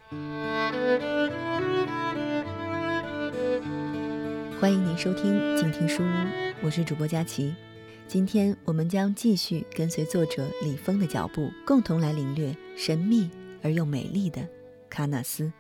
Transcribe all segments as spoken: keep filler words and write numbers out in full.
欢迎您收听静听书屋，我是主播佳琪。今天我们将继续跟随作者李峰的脚步，共同来领略神秘而又美丽的喀纳斯。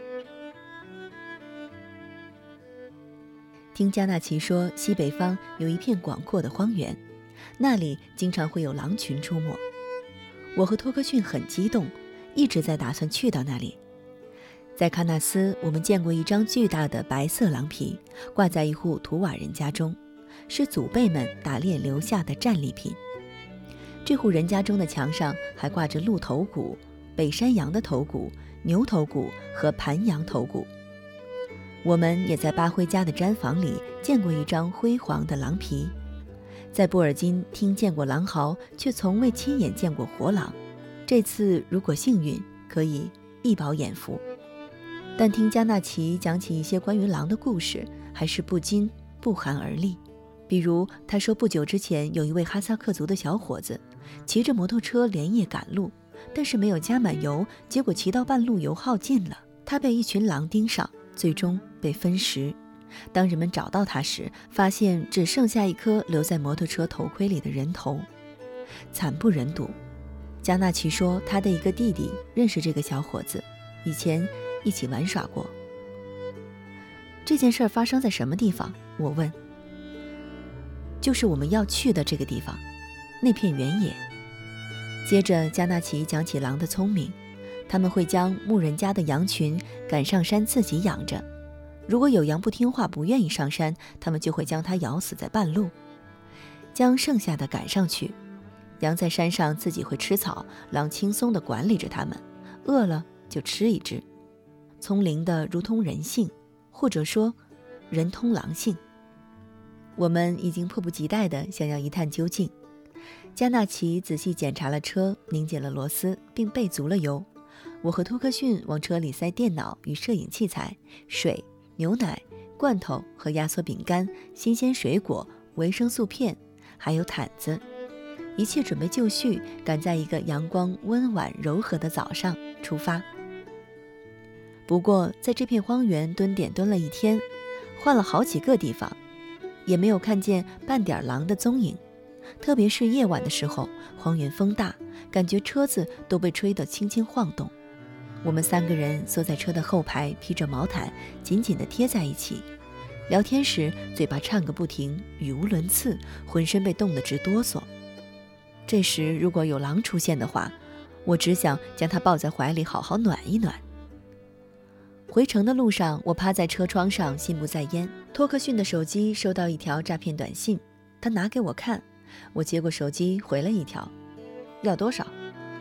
听加纳奇说，西北方有一片广阔的荒原，那里经常会有狼群出没。我和托克逊很激动，一直在打算去到那里。在喀纳斯，我们见过一张巨大的白色狼皮，挂在一户图瓦人家中，是祖辈们打猎留下的战利品。这户人家中的墙上还挂着鹿头骨、北山羊的头骨、牛头骨和盘羊头骨。我们也在巴辉家的毡房里见过一张辉煌的狼皮。在布尔津听见过狼嚎，却从未亲眼见过活狼。这次如果幸运，可以一饱眼福。但听加纳奇讲起一些关于狼的故事，还是不禁不寒而栗。比如他说，不久之前有一位哈萨克族的小伙子骑着摩托车连夜赶路，但是没有加满油，结果骑到半路油耗尽了，他被一群狼盯上，最终被分食。当人们找到他时，发现只剩下一颗留在摩托车头盔里的人头，惨不忍睹。加纳奇说，他的一个弟弟认识这个小伙子，以前一起玩耍过。这件事发生在什么地方？我问。就是我们要去的这个地方，那片原野。接着加纳奇讲起狼的聪明，他们会将牧人家的羊群赶上山自己养着，如果有羊不听话不愿意上山，他们就会将它咬死在半路，将剩下的赶上去。羊在山上自己会吃草，狼轻松地管理着它们，饿了就吃一只。聪灵的如同人性，或者说人通狼性。我们已经迫不及待地想要一探究竟。加纳奇仔细检查了车，拧紧了螺丝，并备足了油。我和托克逊往车里塞电脑与摄影器材、水、牛奶、罐头和压缩饼干、新鲜水果、维生素片，还有毯子。一切准备就绪，赶在一个阳光温婉柔和的早上出发。不过在这片荒原蹲点蹲了一天，换了好几个地方，也没有看见半点狼的踪影。特别是夜晚的时候，荒原风大，感觉车子都被吹得轻轻晃动。我们三个人缩在车的后排，披着毛毯，紧紧地贴在一起。聊天时嘴巴颤个不停，语无伦次，浑身被冻得直哆嗦。这时如果有狼出现的话，我只想将它抱在怀里好好暖一暖。回程的路上，我趴在车窗上心不在焉。托克逊的手机收到一条诈骗短信，他拿给我看，我接过手机回了一条，要多少？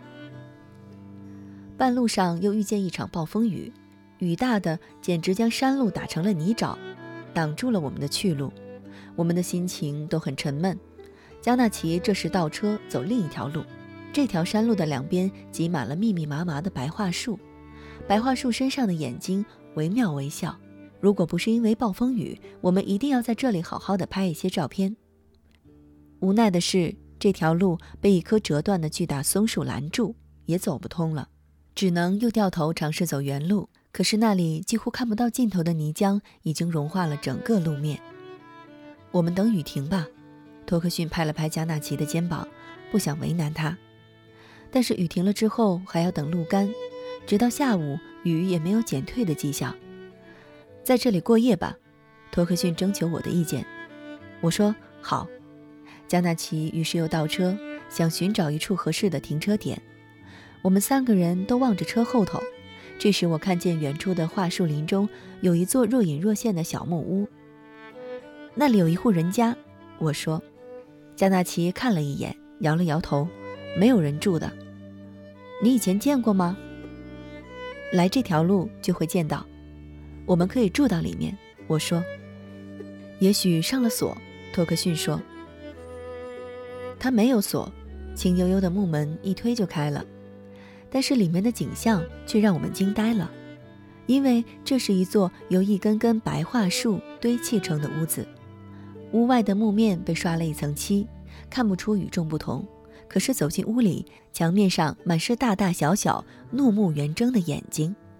半路上又遇见一场暴风雨，雨大的简直将山路打成了泥沼，挡住了我们的去路。我们的心情都很沉闷。加纳奇这时倒车走另一条路，这条山路的两边挤满了密密麻麻的白桦树，白桦树身上的眼睛惟妙惟肖。如果不是因为暴风雨，我们一定要在这里好好的拍一些照片。无奈的是，这条路被一棵折断的巨大松树拦住，也走不通了，只能又掉头尝试走原路。可是那里几乎看不到尽头的泥浆已经融化了整个路面。我们等雨停吧。托克逊拍了拍加纳奇的肩膀，不想为难他。但是雨停了之后还要等路干，直到下午雨也没有减退的迹象。在这里过夜吧，托克逊征求我的意见。我说好。加纳奇于是又倒车，想寻找一处合适的停车点。我们三个人都望着车后头。这时我看见远处的桦树林中有一座若隐若现的小木屋，那里有一户人家。我说。加纳奇看了一眼，摇了摇头，没有人住的。你以前见过吗？来这条路就会见到，我们可以住到里面。我说。也许上了锁，托克逊说。他没有锁，轻悠悠的木门一推就开了，但是里面的景象却让我们惊呆了，因为这是一座由一根根白桦树堆砌成的屋子。屋外的木面被刷了一层漆，看不出与众不同，可是走进屋里，墙面上满是大大小小怒目圆睁的眼睛。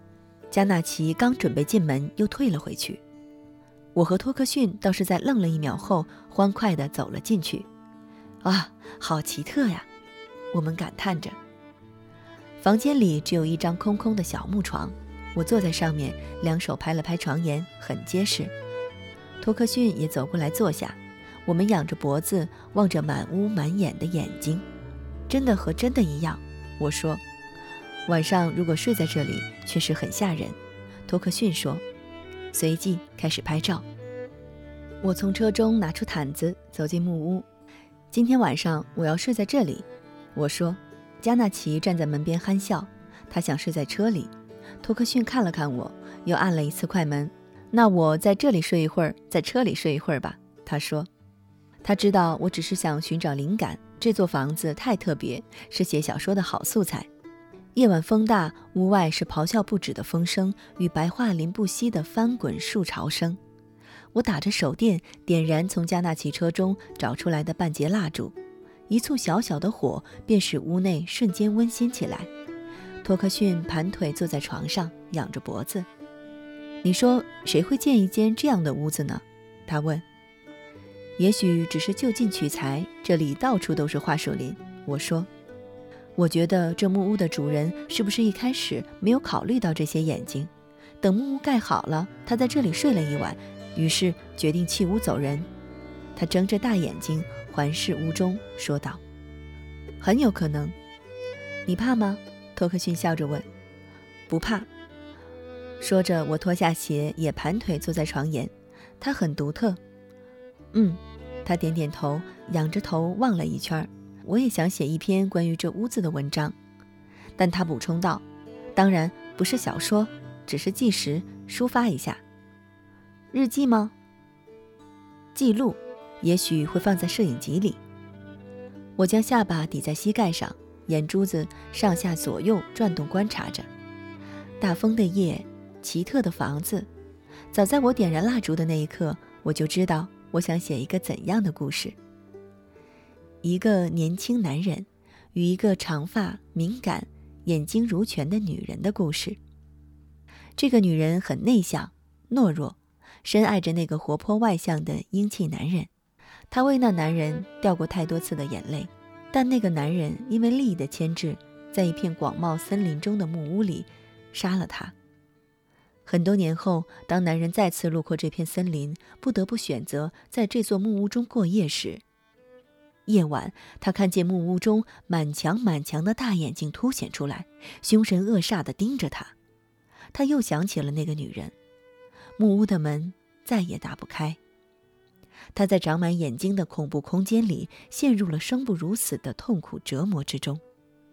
加纳奇刚准备进门，又退了回去。我和托克逊倒是在愣了一秒后，欢快地走了进去。啊，好奇特呀！我们感叹着。房间里只有一张空空的小木床，我坐在上面，两手拍了拍床沿，很结实。托克逊也走过来坐下，我们仰着脖子，望着满屋满眼的眼睛，真的和真的一样。我说，晚上如果睡在这里，确实很吓人。托克逊说，随即开始拍照。我从车中拿出毯子，走进木屋。今天晚上我要睡在这里，我说。加纳奇站在门边憨笑，他想睡在车里。托克逊看了看我，又按了一次快门。那我在这里睡一会儿，在车里睡一会儿吧，他说。他知道我只是想寻找灵感，这座房子太特别，是写小说的好素材。夜晚风大，屋外是咆哮不止的风声与白桦林不息的翻滚树潮声。我打着手电，点燃从加纳奇车中找出来的半截蜡烛，一簇小小的火便使屋内瞬间温馨起来。托克逊盘腿坐在床上，仰着脖子。你说谁会建一间这样的屋子呢？他问。也许只是就近取材，这里到处都是桦树林，我说。我觉得这木屋的主人是不是一开始没有考虑到这些眼睛，等木屋盖好了，他在这里睡了一晚，于是决定弃屋走人。他睁着大眼睛环视屋中，说道。很有可能。你怕吗？托克逊笑着问。不怕。说着，我脱下鞋，也盘腿坐在床沿。他很独特。嗯，他点点头，仰着头望了一圈。我也想写一篇关于这屋子的文章。但他补充道，当然不是小说，只是纪实，抒发一下。日记吗？记录，也许会放在摄影集里。我将下巴抵在膝盖上，眼珠子上下左右转动观察着。大风的夜，奇特的房子。早在我点燃蜡烛的那一刻，我就知道我想写一个怎样的故事。一个年轻男人与一个长发、敏感、眼睛如泉的女人的故事。这个女人很内向、懦弱，深爱着那个活泼外向的英气男人。她为那男人掉过太多次的眼泪，但那个男人因为利益的牵制，在一片广袤森林中的木屋里杀了她。很多年后，当男人再次路过这片森林，不得不选择在这座木屋中过夜时，夜晚他看见木屋中满墙满墙的大眼睛凸显出来，凶神恶煞地盯着他。他又想起了那个女人。木屋的门再也打不开。他在长满眼睛的恐怖空间里陷入了生不如死的痛苦折磨之中。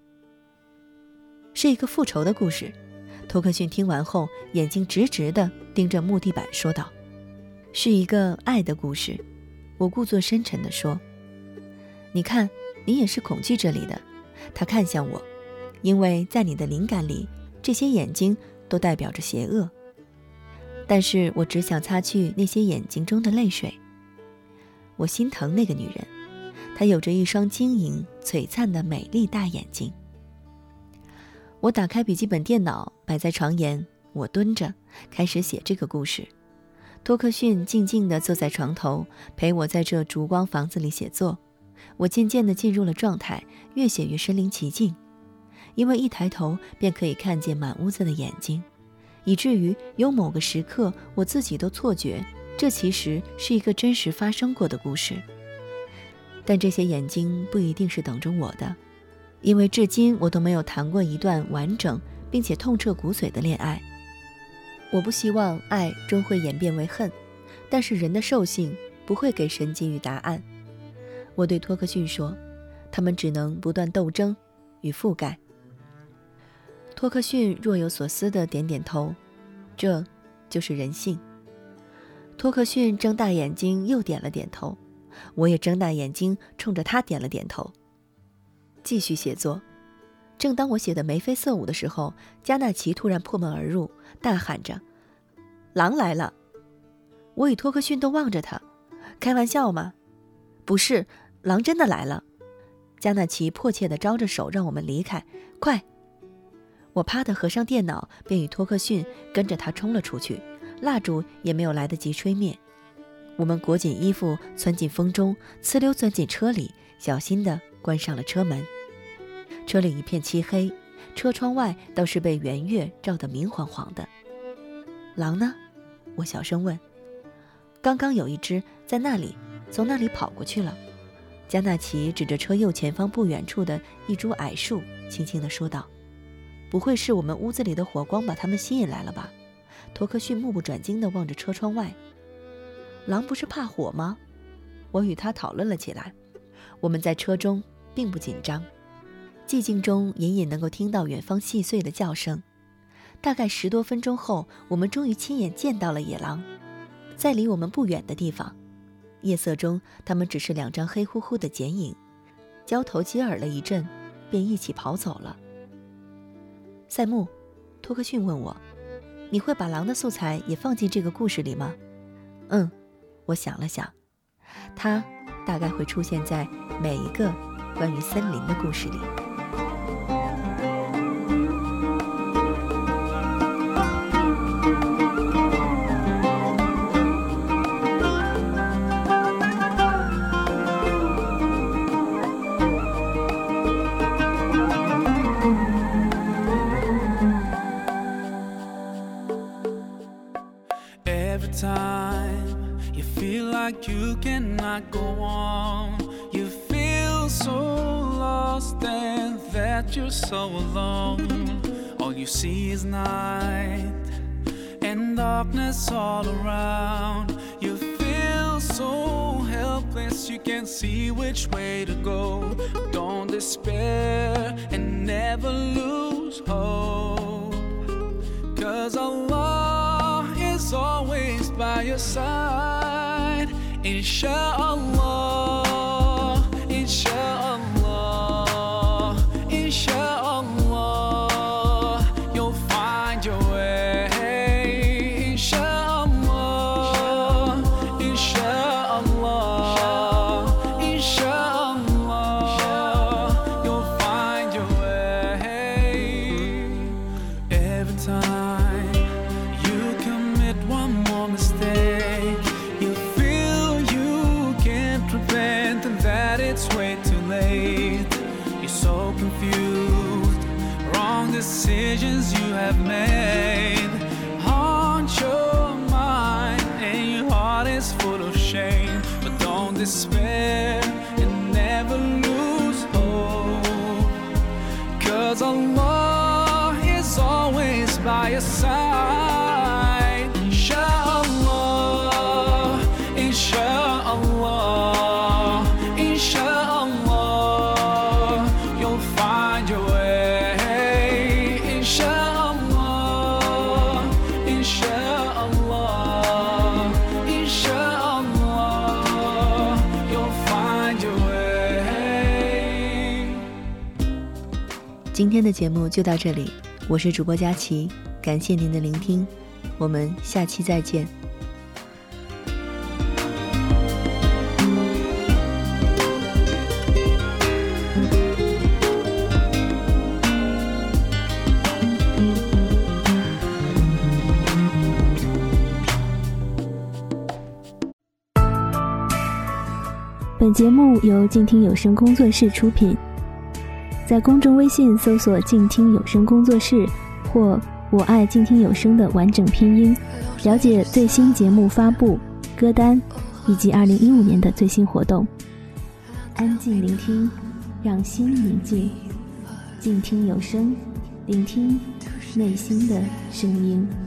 是一个复仇的故事。托克逊听完后，眼睛直直地盯着木地板说道。是一个爱的故事。我故作深沉地说。你看，你也是恐惧这里的。他看向我，因为在你的灵感里，这些眼睛都代表着邪恶。但是我只想擦去那些眼睛中的泪水。我心疼那个女人，她有着一双晶莹璀璨的美丽大眼睛。我打开笔记本电脑，摆在床沿，我蹲着，开始写这个故事。托克逊静静地坐在床头，陪我在这烛光房子里写作。我渐渐地进入了状态，越写越身临其境，因为一抬头便可以看见满屋子的眼睛，以至于有某个时刻我自己都错觉这其实是一个真实发生过的故事。但这些眼睛不一定是等着我的，因为至今我都没有谈过一段完整并且痛彻骨髓的恋爱。我不希望爱终会演变为恨，但是人的兽性不会给神给予答案。我对托克逊说，他们只能不断斗争与覆盖。托克逊若有所思地点点头，这就是人性。托克逊睁大眼睛又点了点头，我也睁大眼睛冲着他点了点头。继续写作。正当我写得眉飞色舞的时候，加纳奇突然破门而入，大喊着，狼来了。我与托克逊都望着他。开玩笑吗？不是，狼真的来了。加纳奇迫切地招着手让我们离开，快！ 我啪地合上电脑，便与托克逊跟着他冲了出去，蜡烛也没有来得及吹灭。我们裹紧衣服，窜进风中，呲溜钻进车里，小心地关上了车门。车里一片漆黑，车窗外倒是被圆月照得明晃晃的。狼呢？我小声问。刚刚有一只在那里，从那里跑过去了。加纳奇指着车右前方不远处的一株矮树，轻轻地说道：不会是我们屋子里的火光把它们吸引来了吧？托克逊目不转睛地望着车窗外。狼不是怕火吗？我与他讨论了起来。我们在车中并不紧张，寂静中隐隐能够听到远方细碎的叫声。大概十多分钟后，我们终于亲眼见到了野狼，在离我们不远的地方。夜色中，它们只是两张黑乎乎的剪影，交头接耳了一阵，便一起跑走了。塞木，托克逊问我，你会把狼的素材也放进这个故事里吗？嗯，我想了想，它大概会出现在每一个关于森林的故事里。 Every time you feel like you cannot go on, you feel so lost and that you're so alone. All you see is night and darkness all around. You feel so helpless, you can't see which way to go. Don't despair and never lose hope, 'cause Allah is always by your side. Inshallah, Inshallah, Inshallah, you'll find your way. Inshallah, Inshallah, Inshallah, you'll find your way. Every time you commit one more mistake, you feel you can't repent and that it's way too late. You're so confused, wrong decisions you have made haunt your mind and your heart is full of shame. But don't despair and never lose hope, 'cause Allah is always by your side. Inshallah, Inshallah, Inshallah, you'll find your way. Inshallah, Inshallah, Inshallah, you'll find your way. 今天的节目就到这里，我是主播佳琪，感谢您的聆听，我们下期再见。 本节目由静听有声工作室出品，在公众微信搜索静听有声工作室或我爱静听有声的完整拼音，了解最新节目发布、歌单以及二零一五年的最新活动。安静聆听，让心宁静，静听有声，聆听内心的声音。